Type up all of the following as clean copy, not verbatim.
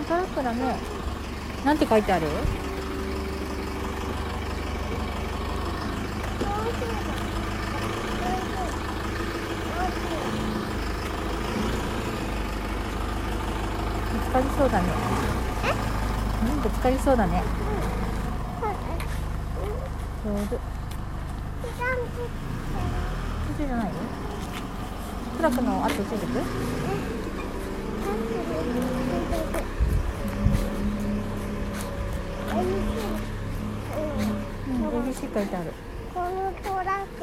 トラックだね。なんて書いてある？ぶつかりそうだね。ぶつかりそうだね。上手。途中じゃないよ。トラックの後ついてく？ABC 書いてある。 このトラック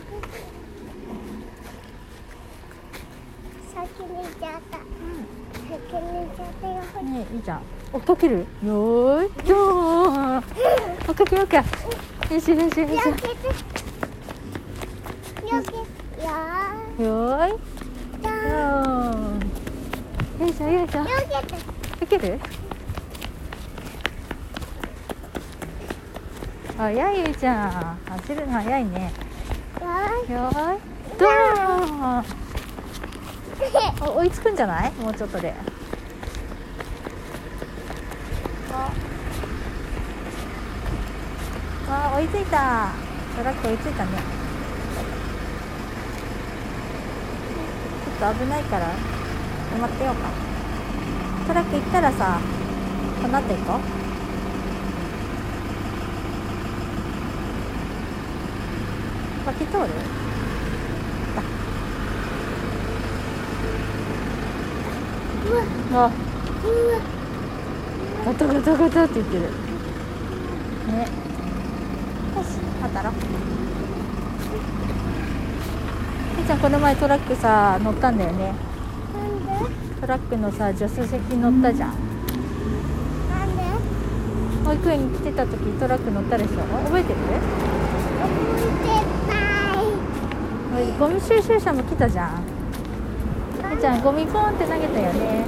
先に行っちゃった。先に行っちゃったよ。 ねえ、いいじゃん。追っかける？よーい、どー。追っかけようか。よしよしよし。よよーい、どー。よいしょよいしょ。かける？早いゆいちゃん。走るの早いね。よーい、どー。追いつくんじゃない？もうちょっとで。追いついた。トラック追いついたね。ちょっと危ないから止まってようか。トラック行ったらさ、この後行こう。脇通る？あ、ガタガタガタって言ってるね。よし、渡ろう。みーちゃんこの前トラックさ乗ったんだよね。 なんで？ トラックのさ助手席乗ったじゃん。 なんで？ 保育園に来てた時トラック乗ったでしょ。覚えてる？ゴミ収集車も来たじゃん。みーちゃんゴミポンって投げたよね。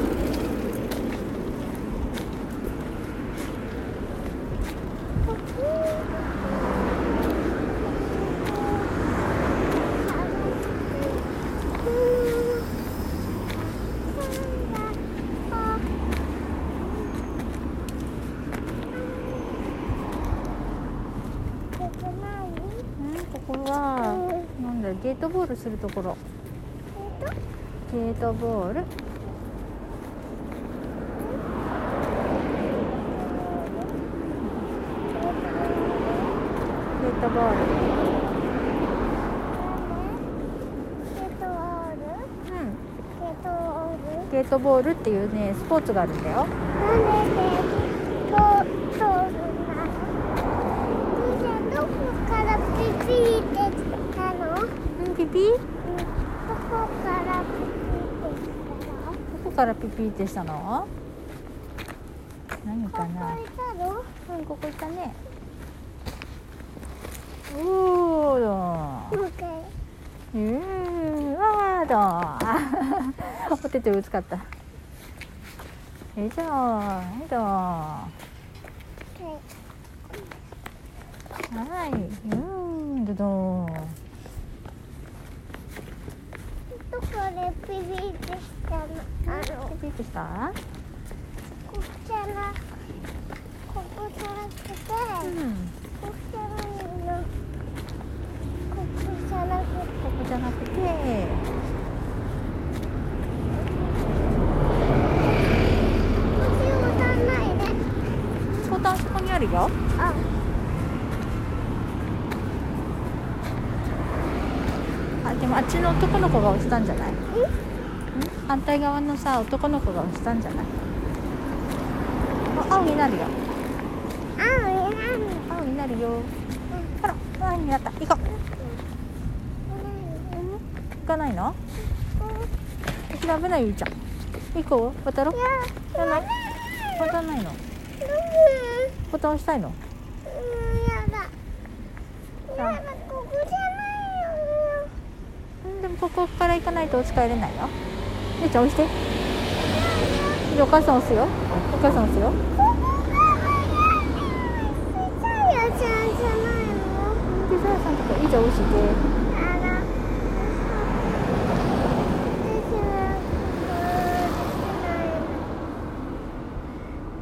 ここはなんだ、ゲートボールするところ。ゲートボール。ゲートボール。ゲートボールっていうねスポーツがあるんだよ。 なんで通るんだ？どこからピピーって来たの？ ピピ？ どこからピピーって来たの？ どこからピピーってしたの？何かな？ ここいたの？ ここいたね。おーどわーどお手ぶつかった。よいしょはいどはいどどどこでピピーってしたの？ ピピーってした？ ここじゃなくて、ここじゃなくて、ここじゃないの。ここじゃなくて、 ここじゃなくて、 ボタンないね。 ボタンそこにあるよ。でもあっちの男の子が押したんじゃない？反対側のさ男の子が押したんじゃない？青になるよ。青になるよ。ほら、青になった。行こう。行かないの？危ないゆいちゃん。行こう。渡ろう。渡んないの？ボタン押したいの？ やだ。ここじゃないよ。 でもここから行かないとお家帰れないよ。ゆいちゃん押して。お母さん押すよ。お母さん押すよ。 ちゃんじゃないの？ ピザ屋さんとかいいじゃん押して。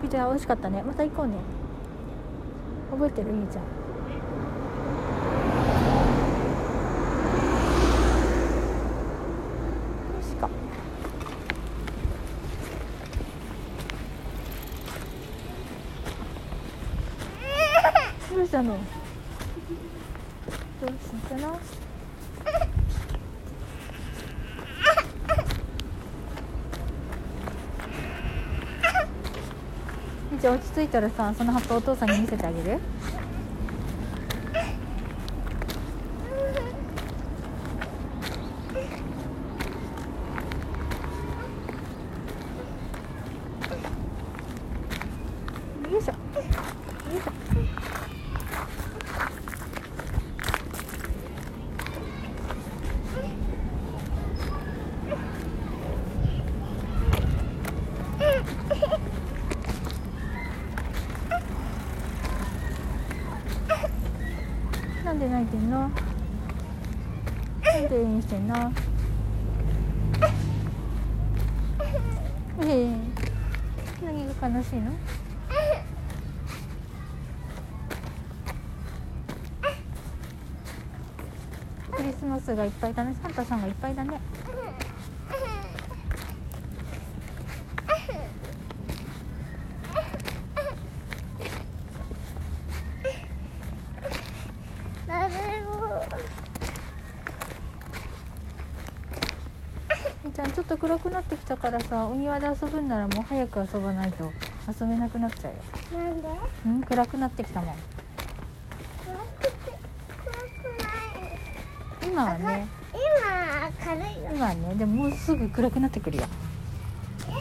ピザ美味しかったね。また行こうね。覚えてる？いいじゃん。どうしたの？どうしたの？じゃあ落ち着いたらさ、その葉っぱお父さんに見せてあげる？よいしょ。よいしょ。なんで泣いてんの？なんで演してんの？何が悲しいの？クリスマスがいっぱいだね。サンタさんがいっぱいだね。ちゃん、ちょっと暗くなってきたからさ、お庭で遊ぶんならもう早く遊ばないと遊べなくなっちゃうよ。 なんで？ 暗くなってきたもん。 暗くない。 今はね。 今明るいよ。 今はね、でももうすぐ暗くなってくるよ。